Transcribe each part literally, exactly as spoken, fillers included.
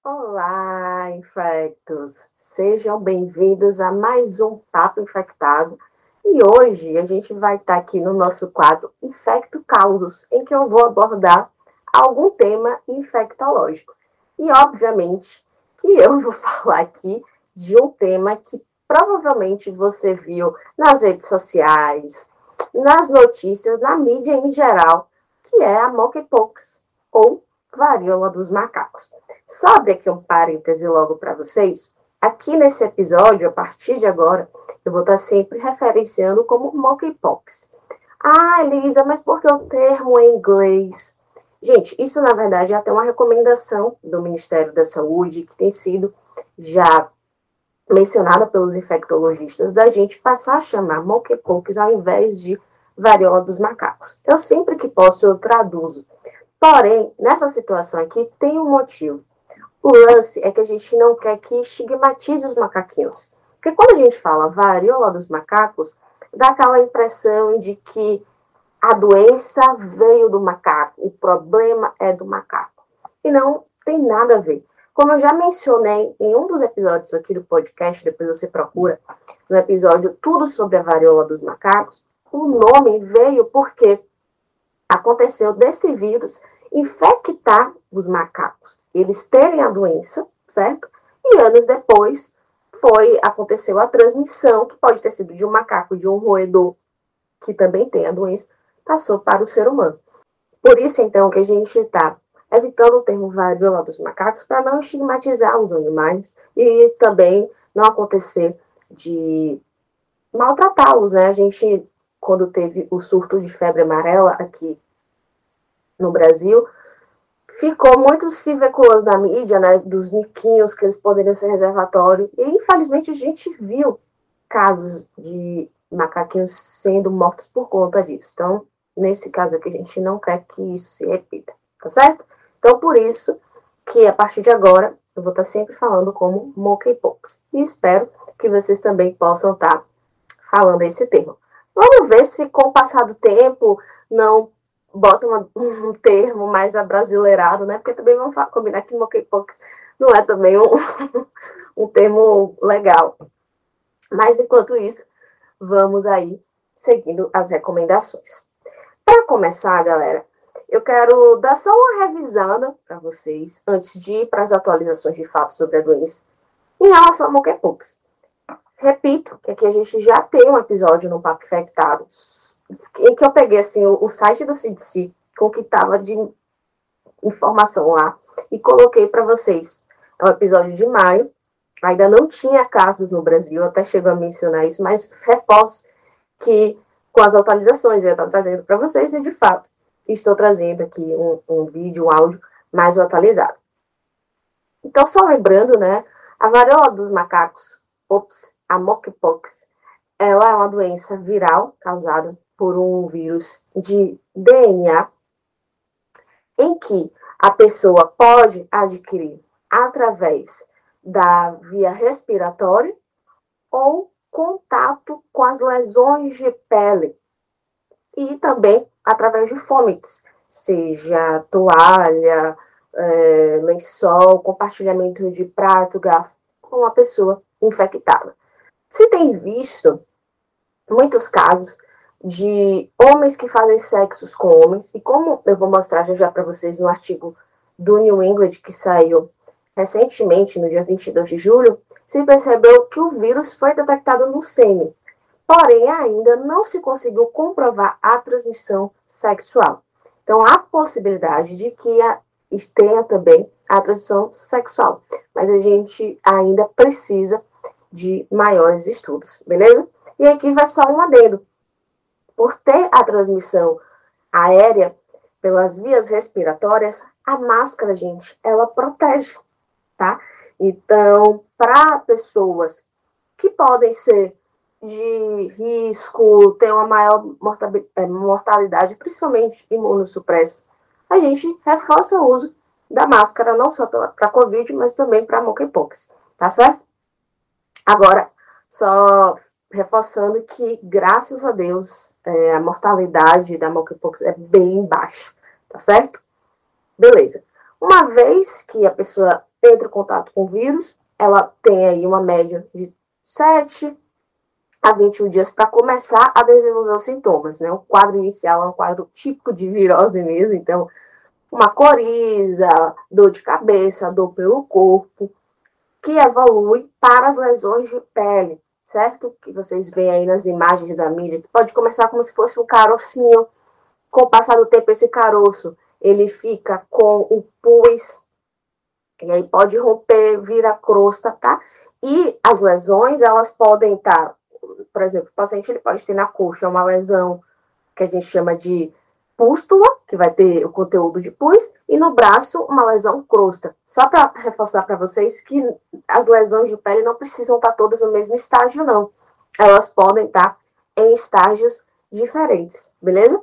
Olá, infectos! Sejam bem-vindos a mais um Papo Infectado. E hoje a gente vai estar aqui no nosso quadro Infecto Causos, em que eu vou abordar algum tema infectológico. E, obviamente, que eu vou falar aqui de um tema que provavelmente você viu nas redes sociais, nas notícias, na mídia em geral, que é a monkeypox, ou varíola dos macacos. Só abrir aqui um parêntese logo para vocês. Aqui nesse episódio, a partir de agora, eu vou estar sempre referenciando como monkeypox. Ah, Elisa, mas por que o termo em inglês? Gente, isso na verdade é até uma recomendação do Ministério da Saúde, que tem sido já mencionada pelos infectologistas, da gente passar a chamar monkeypox ao invés de varíola dos macacos. Eu sempre que posso eu traduzo. Porém, nessa situação aqui tem um motivo. O lance é que a gente não quer que estigmatize os macaquinhos. Porque quando a gente fala varíola dos macacos, dá aquela impressão de que a doença veio do macaco, o problema é do macaco. E não tem nada a ver. Como eu já mencionei em um dos episódios aqui do podcast, depois você procura, no episódio Tudo sobre a Varíola dos Macacos, o nome veio porque aconteceu desse vírus infectar os macacos, eles terem a doença, certo? E anos depois foi aconteceu a transmissão, que pode ter sido de um macaco, de um roedor, que também tem a doença, passou para o ser humano. Por isso, então, que a gente está evitando o termo varíola dos macacos para não estigmatizar os animais e também não acontecer de maltratá-los, né? A gente, quando teve o surto de febre amarela aqui no Brasil, ficou muito se veiculando na mídia, né, dos niquinhos que eles poderiam ser reservatório, e infelizmente a gente viu casos de macaquinhos sendo mortos por conta disso. Então, nesse caso aqui, a gente não quer que isso se repita, tá certo? Então, por isso que a partir de agora, eu vou estar sempre falando como monkeypox. E espero que vocês também possam estar falando esse termo. Vamos ver se com o passar do tempo não bota uma, um termo mais abrasileirado, né? Porque também vamos combinar que monkeypox não é também um, um termo legal. Mas enquanto isso, vamos aí seguindo as recomendações. Para começar, galera, eu quero dar só uma revisada para vocês antes de ir para as atualizações de fato sobre a doença em relação ao monkeypox. Repito que aqui a gente já tem um episódio no Papo Infectado em que eu peguei assim, o, o site do C D C com o que estava de informação lá e coloquei para vocês. É um episódio de maio, ainda não tinha casos no Brasil, até chego a mencionar isso, mas reforço que com as atualizações eu estou trazendo para vocês e de fato estou trazendo aqui um, um vídeo, um áudio mais atualizado. Então, só lembrando, né, a varíola dos macacos, ops, a monkeypox, ela é uma doença viral causada por um vírus de D N A em que a pessoa pode adquirir através da via respiratória ou contato com as lesões de pele e também através de fomites, seja toalha, é, lençol, compartilhamento de prato, garfo com a pessoa infectada. Se tem visto muitos casos de homens que fazem sexos com homens, e como eu vou mostrar já já para vocês no artigo do New England, que saiu recentemente, no dia vinte e dois de julho, se percebeu que o vírus foi detectado no sêmen, porém ainda não se conseguiu comprovar a transmissão sexual. Então, há possibilidade de que a, tenha também a transmissão sexual, mas a gente ainda precisa de maiores estudos, beleza? E aqui vai só um adendo. Por ter a transmissão aérea pelas vias respiratórias, a máscara, gente, ela protege, tá? Então, para pessoas que podem ser de risco, ter uma maior mortalidade, principalmente imunossupressos, a gente reforça o uso da máscara, não só para Covid, mas também para monkeypox, tá certo? Agora, só reforçando que, graças a Deus, é, a mortalidade da monkeypox é bem baixa, tá certo? Beleza. Uma vez que a pessoa entra em contato com o vírus, ela tem aí uma média de sete a vinte e um dias para começar a desenvolver os sintomas, né? O quadro inicial é um quadro típico de virose mesmo, então uma coriza, dor de cabeça, dor pelo corpo, que evolui para as lesões de pele, certo? Que vocês veem aí nas imagens da mídia, que pode começar como se fosse um carocinho. Com o passar do tempo, esse caroço, ele fica com o pus, e aí pode romper, vira crosta, tá? E as lesões, elas podem estar, por exemplo, o paciente ele pode ter na coxa uma lesão que a gente chama de pústula, que vai ter o conteúdo de pus, e no braço uma lesão crosta. Só para reforçar para vocês que as lesões de pele não precisam estar todas no mesmo estágio, não. Elas podem estar em estágios diferentes, beleza?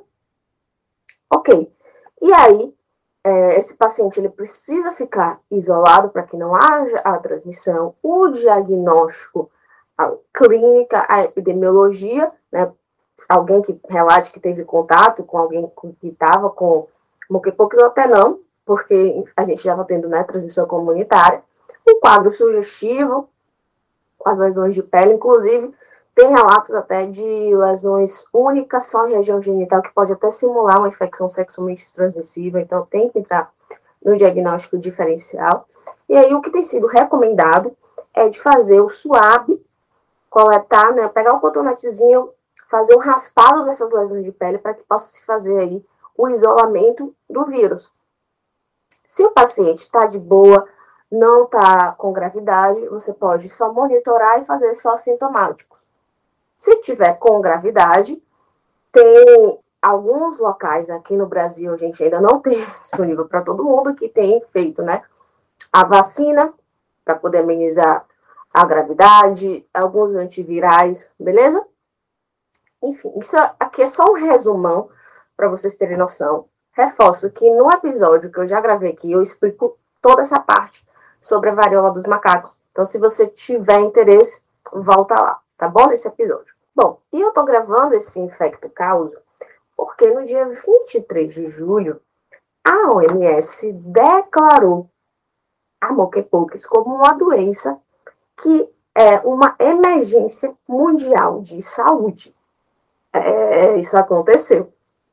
Ok. E aí, é, esse paciente ele precisa ficar isolado para que não haja a transmissão, o diagnóstico, a clínica, a epidemiologia, né? Alguém que relate que teve contato com alguém que estava com monkeypox ou até não, porque a gente já está tendo, né, transmissão comunitária. Um quadro sugestivo, com as lesões de pele, inclusive, tem relatos até de lesões únicas só em região genital, que pode até simular uma infecção sexualmente transmissível, então tem que entrar no diagnóstico diferencial. E aí o que tem sido recomendado é de fazer o swab, coletar, né, pegar o cotonetezinho, fazer um raspado dessas lesões de pele para que possa se fazer aí o isolamento do vírus. Se o paciente está de boa, não está com gravidade, você pode só monitorar e fazer só sintomáticos. Se tiver com gravidade, tem alguns locais aqui no Brasil, a gente ainda não tem disponível para todo mundo, que tem feito, né, a vacina para poder amenizar a gravidade, alguns antivirais, beleza? Enfim, isso aqui é só um resumão para vocês terem noção. Reforço que no episódio que eu já gravei aqui, eu explico toda essa parte sobre a varíola dos macacos. Então, se você tiver interesse, volta lá, tá bom? Nesse episódio. Bom, e eu tô gravando esse Infecto Causo porque no dia vinte e três de julho, a O M S declarou a monkeypox como uma doença que é uma emergência mundial de saúde. É, isso aconteceu.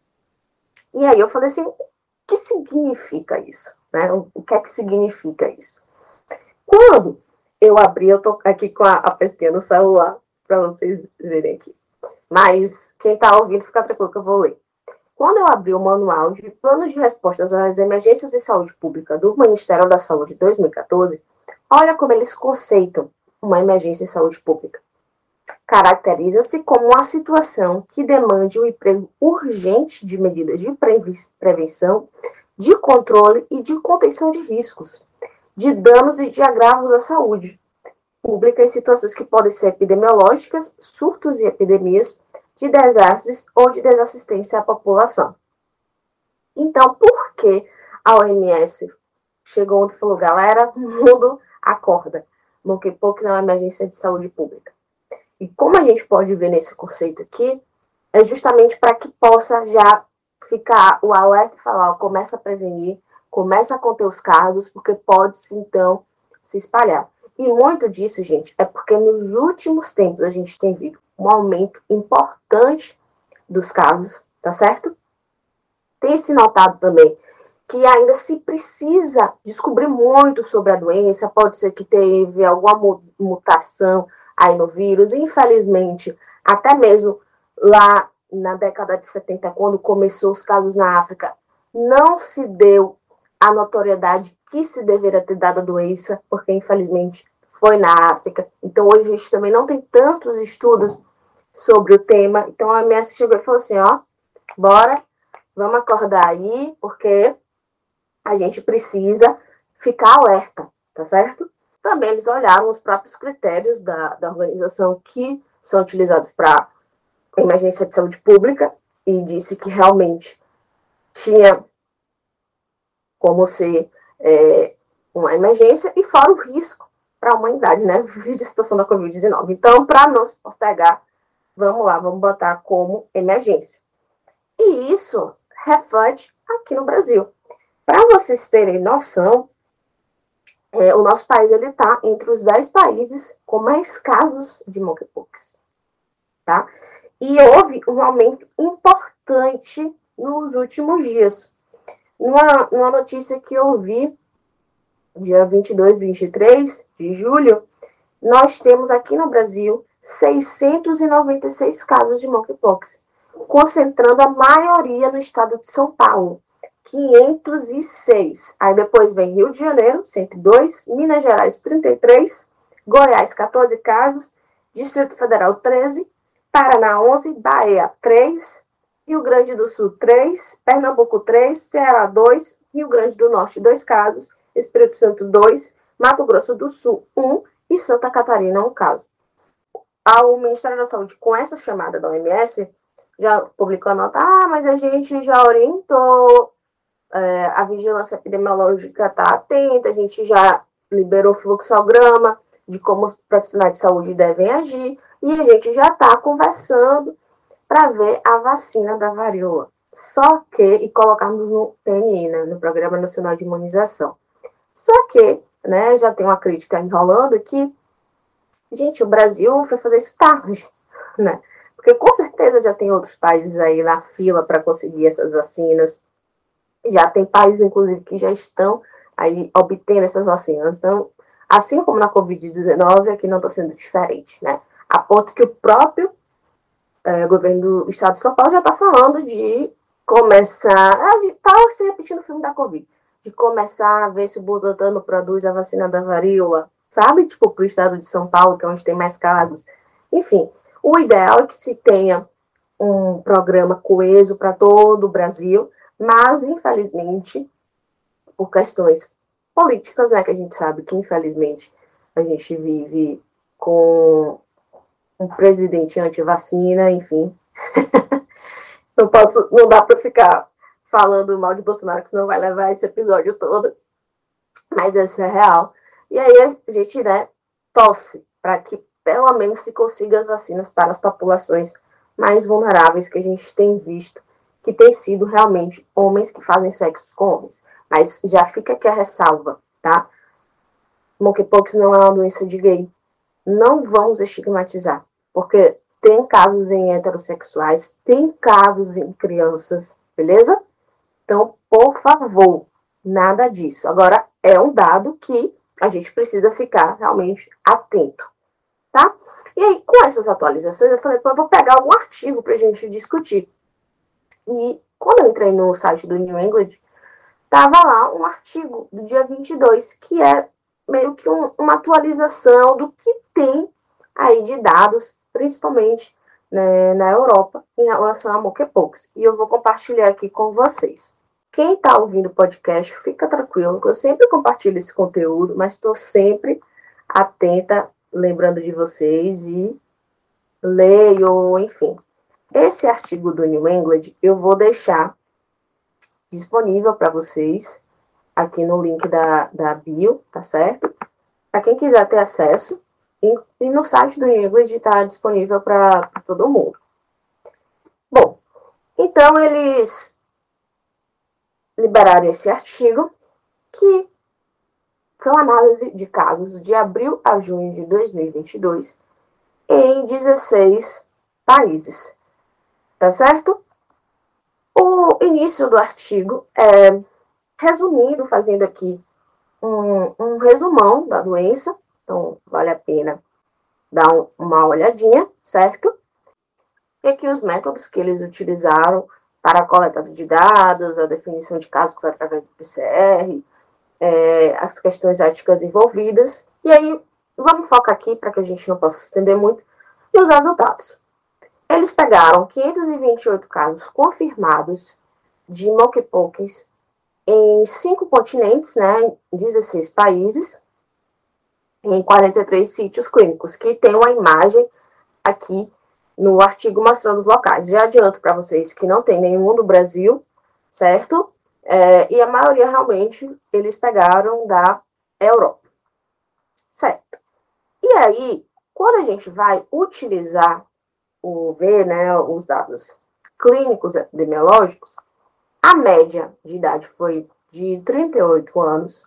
E aí eu falei assim, o que significa isso? Né? O que é que significa isso? Quando eu abri, eu tô aqui com a, a pesquinha no celular, para vocês verem aqui. Mas quem está ouvindo, fica tranquilo que eu vou ler. Quando eu abri o manual de planos de respostas às emergências de saúde pública do Ministério da Saúde dois mil e quatorze, olha como eles conceitam uma emergência de saúde pública. Caracteriza-se como uma situação que demande o emprego urgente de medidas de prevenção, de controle e de contenção de riscos, de danos e de agravos à saúde pública em situações que podem ser epidemiológicas, surtos e epidemias, de desastres ou de desassistência à população. Então, por que a O M S chegou onde falou, galera, o mundo acorda? Monkeypox é uma emergência de saúde pública. E como a gente pode ver nesse conceito aqui, é justamente para que possa já ficar o alerta e falar, ó, começa a prevenir, começa a conter os casos, porque pode, então, se espalhar. E muito disso, gente, é porque nos últimos tempos a gente tem visto um aumento importante dos casos, tá certo? Tem se notado também que ainda se precisa descobrir muito sobre a doença, pode ser que teve alguma mutação aí no vírus, infelizmente, até mesmo lá na década de setenta, quando começou os casos na África, não se deu a notoriedade que se deveria ter dado a doença, porque infelizmente foi na África. Então hoje a gente também não tem tantos estudos sobre o tema. Então a O M S chegou e falou assim, ó, bora, vamos acordar aí, porque a gente precisa ficar alerta, tá certo? Também eles olharam os próprios critérios da, da organização que são utilizados para emergência de saúde pública e disse que realmente tinha como ser é, uma emergência e fora o risco para a humanidade, né? Vide a situação da covid dezenove. Então, para não se postergar, vamos lá, vamos botar como emergência. E isso reflete aqui no Brasil. Para vocês terem noção, é, o nosso país está entre os dez países com mais casos de monkeypox, tá? E houve um aumento importante nos últimos dias. Numa, numa notícia que eu vi, dia vinte e dois, vinte e três de julho, nós temos aqui no Brasil seiscentos e noventa e seis casos de monkeypox, concentrando a maioria no estado de São Paulo, quinhentos e seis. Aí depois vem Rio de Janeiro, cento e dois, Minas Gerais, trinta e três, Goiás, quatorze casos, Distrito Federal, treze, Paraná, onze, Bahia, três, Rio Grande do Sul, três, Pernambuco, três, Ceará, dois, Rio Grande do Norte, dois casos, Espírito Santo, dois, Mato Grosso do Sul, um, e Santa Catarina, um caso. Ao Ministério da Saúde, com essa chamada da O M S, já publicou a nota, ah, mas a gente já orientou, é, a vigilância epidemiológica está atenta, a gente já liberou fluxograma de como os profissionais de saúde devem agir, e a gente já está conversando para ver a vacina da varíola. Só que, e colocarmos no P N I, né, no Programa Nacional de Imunização. Só que, né, já tem uma crítica enrolando que, gente, o Brasil foi fazer isso tarde, né? Porque com certeza já tem outros países aí na fila para conseguir essas vacinas. Já tem países, inclusive, que já estão aí obtendo essas vacinas. Então, assim como na covid dezenove, aqui não está sendo diferente, né? A ponto que o próprio é, governo do estado de São Paulo já está falando de começar... Está se repetindo o filme da Covid. De começar a ver se o Butantan produz a vacina da varíola, sabe? Tipo, para o estado de São Paulo, que é onde tem mais casos. Enfim, o ideal é que se tenha um programa coeso para todo o Brasil, mas, infelizmente, por questões políticas, né, que a gente sabe que, infelizmente, a gente vive com um presidente anti-vacina, enfim. não posso, não dá para ficar falando mal de Bolsonaro, que senão vai levar esse episódio todo. Mas essa é real. E aí a gente, né, torce para que pelo menos se consiga as vacinas para as populações mais vulneráveis que a gente tem visto, que tem sido realmente homens que fazem sexo com homens. Mas já fica aqui a ressalva, tá? Monkeypox não é uma doença de gay. Não vamos estigmatizar, porque tem casos em heterossexuais, tem casos em crianças, beleza? Então, por favor, nada disso. Agora, é um dado que a gente precisa ficar realmente atento, tá? E aí, com essas atualizações, eu falei, pô, eu vou pegar algum artigo para a gente discutir. E quando eu entrei no site do New England, tava lá um artigo do dia vinte e dois, que é meio que um, uma atualização do que tem aí de dados, principalmente, né, na Europa, em relação a monkeypox. E eu vou compartilhar aqui com vocês. Quem está ouvindo o podcast, fica tranquilo, que eu sempre compartilho esse conteúdo, mas estou sempre atenta, lembrando de vocês, e leio, enfim. Esse artigo do New England eu vou deixar disponível para vocês aqui no link da, da bio, tá certo? Para quem quiser ter acesso, e, e no site do New England está disponível para todo mundo. Bom, então eles liberaram esse artigo, que foi uma análise de casos de abril a junho de dois mil e vinte e dois em dezesseis países, tá certo? O início do artigo é resumindo, fazendo aqui um, um resumão da doença, então vale a pena dar um, uma olhadinha, certo? E aqui os métodos que eles utilizaram para a coleta de dados, a definição de casos que foi através do P C R, é, as questões éticas envolvidas, e aí vamos focar aqui, para que a gente não possa se estender muito, nos resultados. Eles pegaram quinhentos e vinte e oito casos confirmados de monkeypox em cinco continentes, né, em dezesseis países, em quarenta e três sítios clínicos, que tem uma imagem aqui no artigo mostrando os locais. Já adianto para vocês que não tem nenhum do Brasil, certo? É, e a maioria realmente eles pegaram da Europa, certo? E aí, quando a gente vai utilizar o ver, né, os dados clínicos epidemiológicos, a média de idade foi de trinta e oito anos,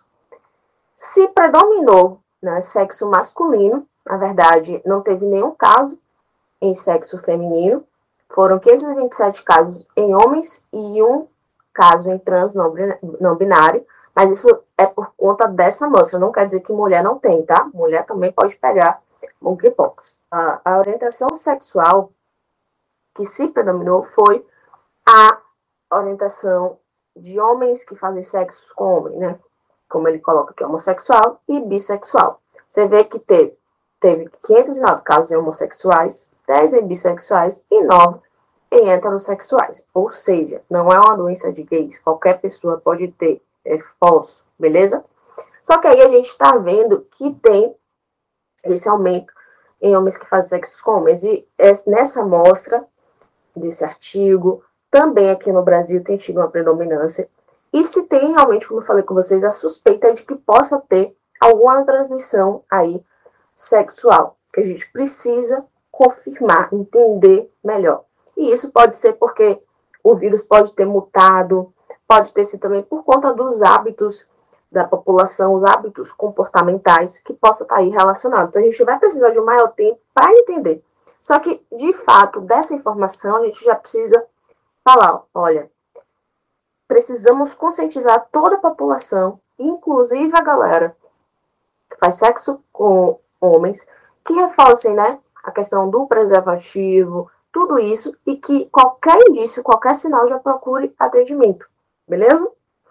se predominou, né, sexo masculino, na verdade, não teve nenhum caso em sexo feminino, foram quinhentos e vinte e sete casos em homens e um caso em trans não binário, mas isso é por conta dessa amostra, não quer dizer que mulher não tem, tá? Mulher também pode pegar monkeypox. A, a orientação sexual que se predominou foi a orientação de homens que fazem sexo com homem, né? Como ele coloca aqui, homossexual e bissexual. Você vê que teve, teve quinhentos e nove casos em homossexuais, dez em bissexuais e nove em heterossexuais. Ou seja, não é uma doença de gays, qualquer pessoa pode ter, é falso, beleza? Só que aí a gente está vendo que tem esse aumento em homens que fazem sexo com homens. E nessa amostra desse artigo, também aqui no Brasil tem tido uma predominância. E se tem realmente, como eu falei com vocês, a suspeita de que possa ter alguma transmissão aí sexual, que a gente precisa confirmar, entender melhor. E isso pode ser porque o vírus pode ter mutado, pode ter sido também por conta dos hábitos da população, os hábitos comportamentais que possa estar aí relacionado. Então a gente vai precisar de um maior tempo para entender. Só que, de fato, dessa informação a gente já precisa falar, olha, precisamos conscientizar toda a população, inclusive a galera que faz sexo com homens, que reforcem, né, a questão do preservativo, tudo isso, e que qualquer indício, qualquer sinal já procure atendimento, beleza?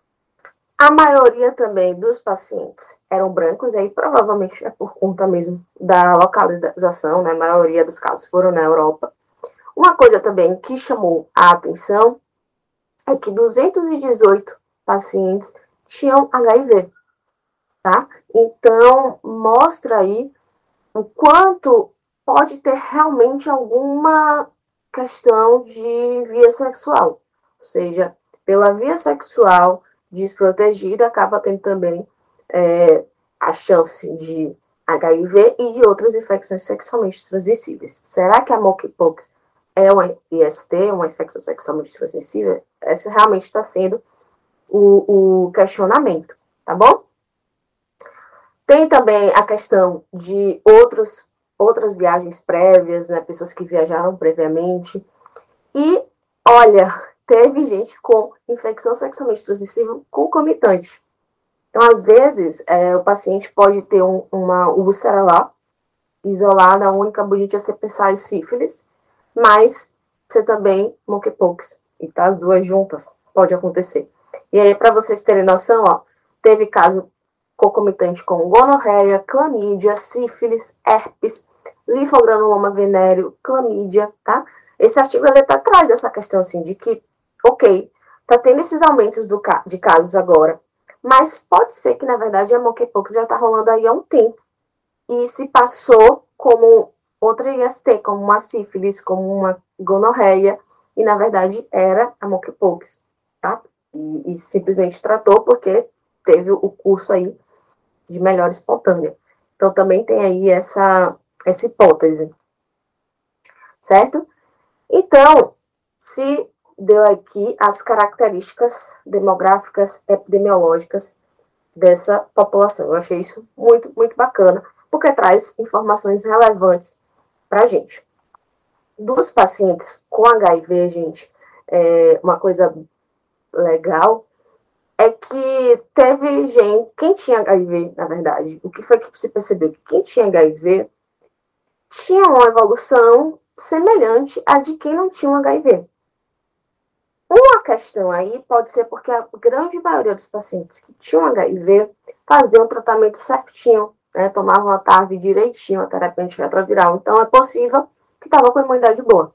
A maioria também dos pacientes eram brancos, e aí provavelmente é por conta mesmo da localização, né, a maioria dos casos foram na Europa. Uma coisa também que chamou a atenção é que duzentos e dezoito pacientes tinham H I V, tá? Então, mostra aí o quanto pode ter realmente alguma questão de via sexual. Ou seja, pela via sexual desprotegida, acaba tendo também é, a chance de H I V e de outras infecções sexualmente transmissíveis. Será que a monkeypox é uma I S T, uma infecção sexualmente transmissível? Esse realmente está sendo o, o questionamento, tá bom? Tem também a questão de outros, outras viagens prévias, né, pessoas que viajaram previamente. E, olha, teve gente com infecção sexualmente transmissível concomitante. Então, às vezes, é, o paciente pode ter um, uma úlcera lá, isolada, a única bonita é ser pensar em sífilis, mas você também monkeypox. E tá as duas juntas, pode acontecer. E aí, para vocês terem noção, ó, teve caso concomitante com gonorreia, clamídia, sífilis, herpes, linfogranuloma venéreo, clamídia, tá? Esse artigo, ele tá atrás dessa questão, assim, de que, ok, tá tendo esses aumentos do, de casos agora, mas pode ser que, na verdade, a monkeypox já tá rolando aí há um tempo, e se passou como outra I S T, como uma sífilis, como uma gonorreia, e, na verdade, era a monkeypox, tá? E, e simplesmente tratou porque teve o curso aí de melhora espontânea. Então, também tem aí essa, essa hipótese. Certo? Então, se deu aqui as características demográficas, epidemiológicas dessa população. Eu achei isso muito, muito bacana, porque traz informações relevantes para a gente. Dos pacientes com H I V, gente, é uma coisa legal é que teve gente, quem tinha H I V, na verdade, o que foi que se percebeu? Que quem tinha H I V tinha uma evolução semelhante à de quem não tinha um H I V. Uma questão aí pode ser porque a grande maioria dos pacientes que tinham H I V faziam o tratamento certinho, né, tomavam a T A R V direitinho, a terapia antirretroviral. Então, é possível que estava com a imunidade boa.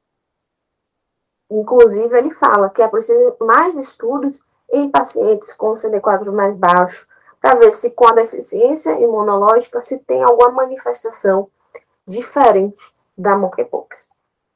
Inclusive, ele fala que é preciso mais estudos em pacientes com C D quatro mais baixo, para ver se com a deficiência imunológica se tem alguma manifestação diferente da monkeypox.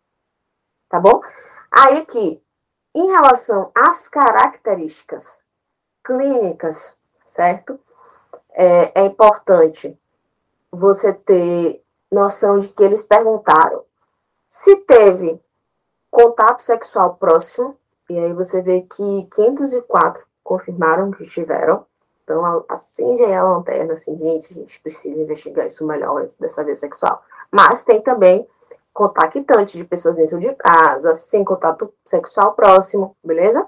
Tá bom? Aí aqui, em relação às características clínicas, certo? É, é importante você ter noção de que eles perguntaram se teve contato sexual próximo, e aí você vê que quinhentos e quatro confirmaram que tiveram. Então, acende aí a lanterna, assim, gente, a gente precisa investigar isso melhor dessa via sexual. Mas tem também contactante de pessoas dentro de casa, sem contato sexual próximo, beleza?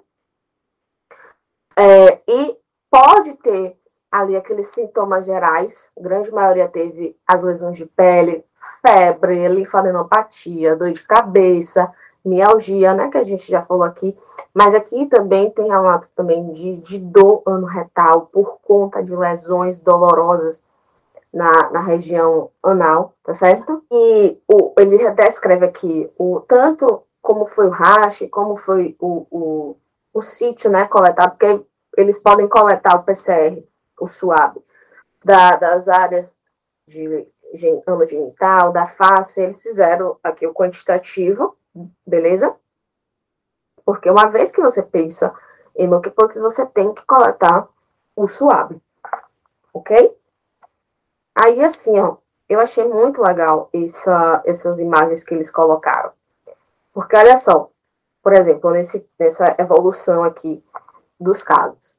É, e pode ter ali aqueles sintomas gerais, a grande maioria teve as lesões de pele, febre, linfadenopatia, dor de cabeça, mialgia, né, que a gente já falou aqui, mas aqui também tem relato também de, de dor anorretal por conta de lesões dolorosas na, na região anal, tá certo? E o, ele descreve aqui o tanto como foi o rash, como foi o, o, o sítio, né, coletado, porque eles podem coletar o P C R, o suave, da, das áreas de ano genital, da face, eles fizeram aqui o quantitativo, beleza? Porque uma vez que você pensa em monkeypox, você tem que coletar o suave, ok? Aí, assim, ó, eu achei muito legal essa, essas imagens que eles colocaram. Porque, olha só, por exemplo, nesse, nessa evolução aqui dos casos.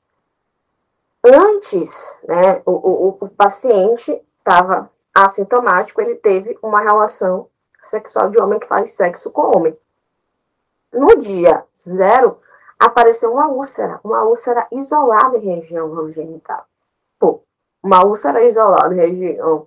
Antes, né, o, o, o paciente estava assintomático, ele teve uma relação sexual de homem que faz sexo com homem. No dia zero, apareceu uma úlcera, uma úlcera isolada em região genital. Pô, uma úlcera isolada em região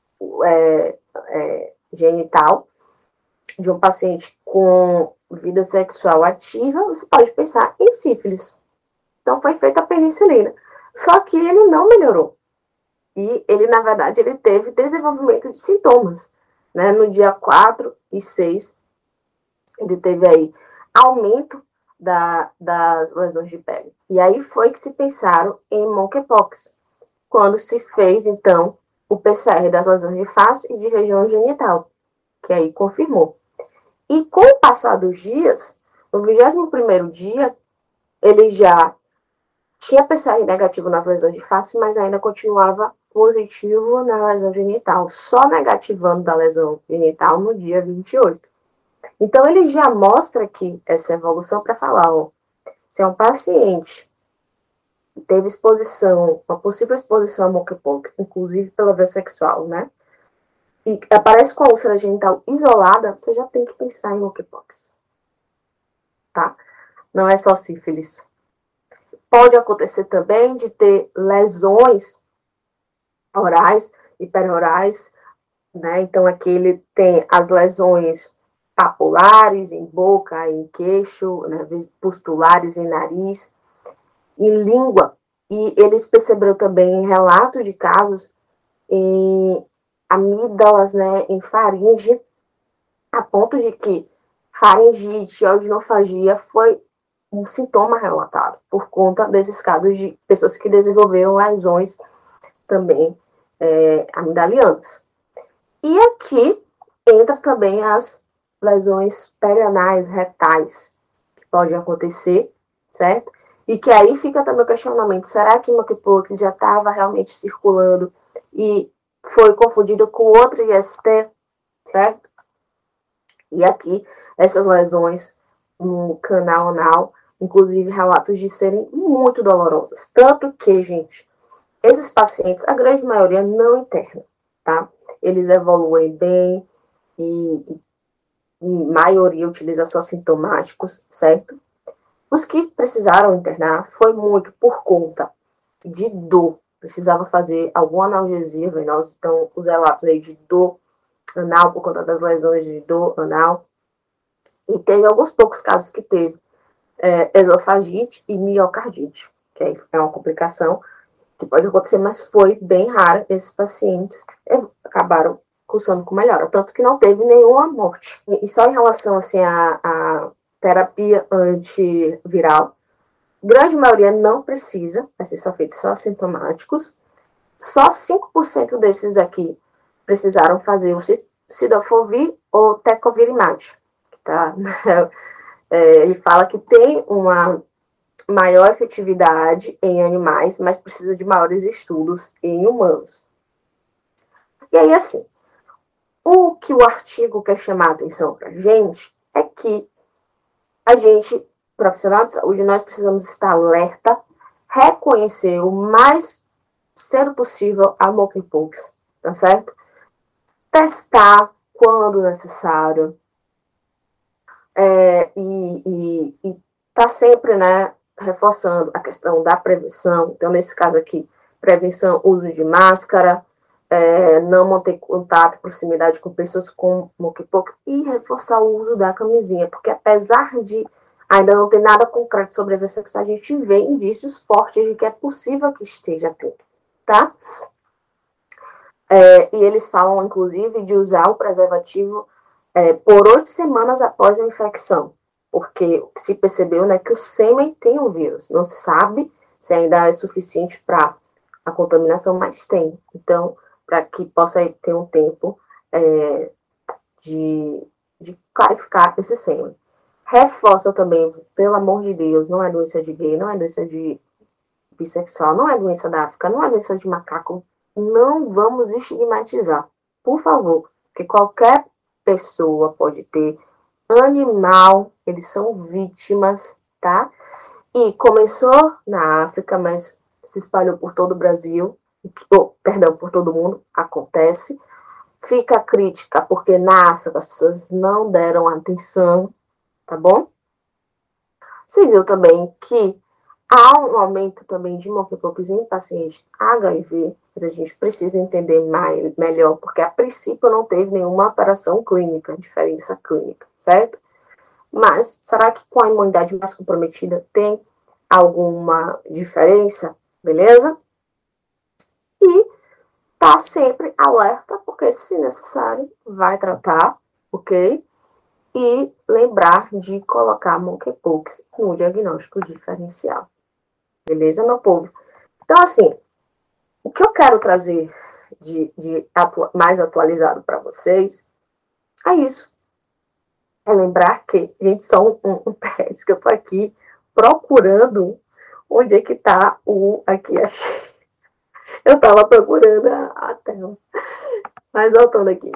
é, é, genital de um paciente com vida sexual ativa, você pode pensar em sífilis. Então, foi feita a penicilina. Só que ele não melhorou. E ele, na verdade, ele teve desenvolvimento de sintomas. Né? No dia quatro e seis, ele teve aí aumento da, das lesões de pele. E aí foi que se pensaram em monkeypox, quando se fez, então, o P C R das lesões de face e de região genital, que aí confirmou. E com o passar dos dias, no vigésimo primeiro dia, ele já tinha P C R negativo nas lesões de face, mas ainda continuava positivo na lesão genital, só negativando da lesão genital no dia vinte e oito. Então, ele já mostra aqui essa evolução para falar, ó, se é um paciente que teve exposição, uma possível exposição a monkeypox, inclusive pela via sexual, né? E aparece com a úlcera genital isolada, você já tem que pensar em monkeypox. Tá? Não é só sífilis. Pode acontecer também de ter lesões orais e periorais, né? Então, aqui ele tem as lesões papulares em boca, em queixo, né? Pustulares em nariz, em língua. E eles perceberam também em relatos de casos em amígdalas, né? Em faringe, a ponto de que faringite, odinofagia foi um sintoma relatado por conta desses casos de pessoas que desenvolveram lesões também é, amigdalianas. E aqui entra também as lesões perianais, retais, que podem acontecer, certo? E que aí fica também o questionamento, será que monkeypox já estava realmente circulando e foi confundido com outro I S T, certo? E aqui, essas lesões no canal anal, inclusive relatos de serem muito dolorosas. Tanto que, gente, esses pacientes, a grande maioria não interna, tá? Eles evoluem bem e, e maioria utiliza só sintomáticos, certo? Os que precisaram internar foi muito por conta de dor. Precisava fazer alguma analgesia venosa, então os relatos aí de dor anal por conta das lesões de dor anal. E teve alguns poucos casos que teve é, esofagite e miocardite, que é uma complicação que pode acontecer, mas foi bem rara. Esses pacientes acabaram cursando com melhora, tanto que não teve nenhuma morte. E só em relação assim, à, à terapia antiviral, grande maioria não precisa, esses são feitos só assintomáticos. Só cinco por cento desses aqui precisaram fazer o cidofovir ou tecovirimat. Tá? É, ele fala que tem uma maior efetividade em animais, mas precisa de maiores estudos em humanos. E aí, assim, o que o artigo quer chamar a atenção para a gente é que a gente, profissional de saúde, nós precisamos estar alerta reconhecer o mais cedo possível a monkeypox, tá certo? Testar quando necessário, é, e, e, e tá sempre, né, reforçando a questão da prevenção. Então, nesse caso aqui, prevenção, uso de máscara, é, não manter contato, proximidade com pessoas com monkeypox e reforçar o uso da camisinha, porque apesar de ainda não ter nada concreto sobre a versão, a gente vê indícios fortes de que é possível que esteja tendo, tá? É, e eles falam, inclusive, de usar o preservativo é, por oito semanas após a infecção, porque se percebeu, né, que o sêmen tem o vírus. Não se sabe se ainda é suficiente para a contaminação, mas tem. Então, para que possa ter um tempo é, de, de clarificar esse sêmen. Reforça também, pelo amor de Deus, não é doença de gay, não é doença de bissexual, não é doença da África, não é doença de macaco. Não vamos estigmatizar, por favor, porque qualquer pessoa pode ter, animal, eles são vítimas, tá? E começou na África, mas se espalhou por todo o Brasil, oh, perdão, por todo o mundo, acontece. Fica a crítica, porque na África as pessoas não deram atenção, tá bom? Você viu também que há um aumento também de monkeypox em pacientes H I V, mas a gente precisa entender mais, melhor, porque a princípio não teve nenhuma alteração clínica, diferença clínica, certo? Mas será que com a imunidade mais comprometida tem alguma diferença? Beleza? E tá sempre alerta, porque se necessário, vai tratar, ok? E lembrar de colocar monkeypox no diagnóstico diferencial. Beleza, meu povo? Então, assim, o que eu quero trazer de, de atua mais atualizado para vocês é isso. É lembrar que, gente, só um, um, um P S que eu tô aqui procurando onde é que tá o... Aqui, achei. Eu tava procurando a, a tela. Mas voltando aqui.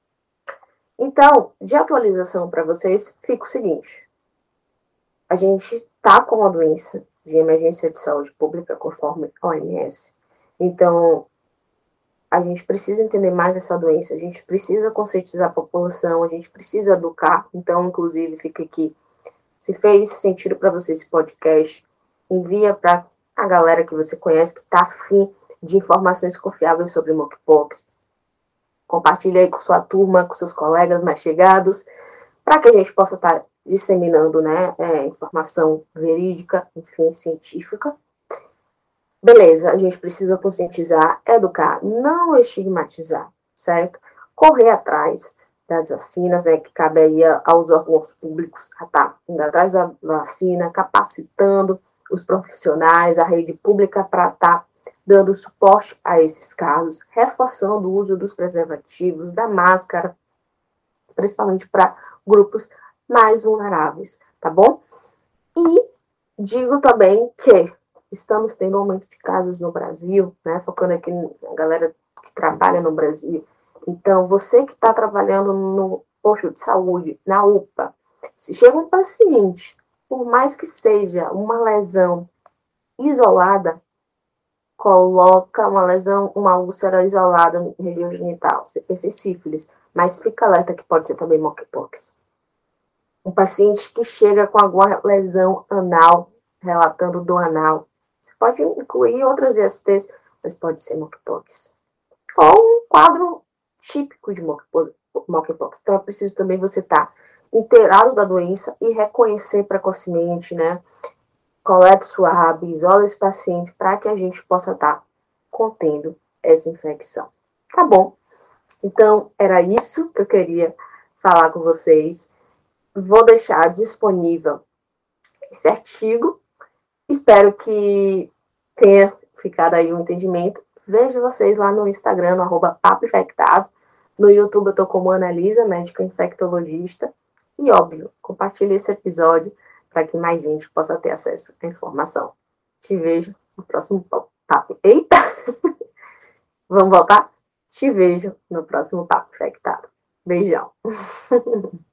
Então, de atualização para vocês, fica o seguinte. A gente tá com uma doença de emergência de saúde pública, conforme a O M S. Então, a gente precisa entender mais essa doença, a gente precisa conscientizar a população, a gente precisa educar. Então, inclusive, fica aqui. Se fez sentido para você esse podcast, envia para a galera que você conhece, que está afim de informações confiáveis sobre monkeypox. Compartilha aí com sua turma, com seus colegas mais chegados, para que a gente possa estar tá disseminando, né, é, informação verídica, enfim, científica. Beleza, a gente precisa conscientizar, educar, não estigmatizar, certo? Correr atrás das vacinas, né, que cabe aí aos órgãos públicos a estar indo atrás da vacina, capacitando os profissionais, a rede pública para estar dando suporte a esses casos, reforçando o uso dos preservativos, da máscara, principalmente para grupos mais vulneráveis, tá bom? E digo também que estamos tendo um aumento de casos no Brasil, né, focando aqui na galera que trabalha no Brasil. Então, você que está trabalhando no posto de saúde, na U P A, se chega um paciente, por mais que seja uma lesão isolada, coloca uma lesão, uma úlcera isolada na região genital, você pensa em sífilis, mas fica alerta que pode ser também monkeypox. Um paciente que chega com alguma lesão anal, relatando do anal, você pode incluir outras I S Ts, mas pode ser monkeypox. Ou um quadro típico de monkeypox. Então, é preciso também você estar inteirado da doença e reconhecer precocemente, né? Coleta suave, isola esse paciente para que a gente possa estar contendo essa infecção. Tá bom? Então, era isso que eu queria falar com vocês. Vou deixar disponível esse artigo. Espero que tenha ficado aí um entendimento. Vejo vocês lá no Instagram, no arroba Papo Infectado. No YouTube eu tô como Analisa, médica infectologista. E, óbvio, compartilhe esse episódio para que mais gente possa ter acesso à informação. Te vejo no próximo papo. Eita! Vamos voltar? Te vejo no próximo Papo Infectado. Beijão.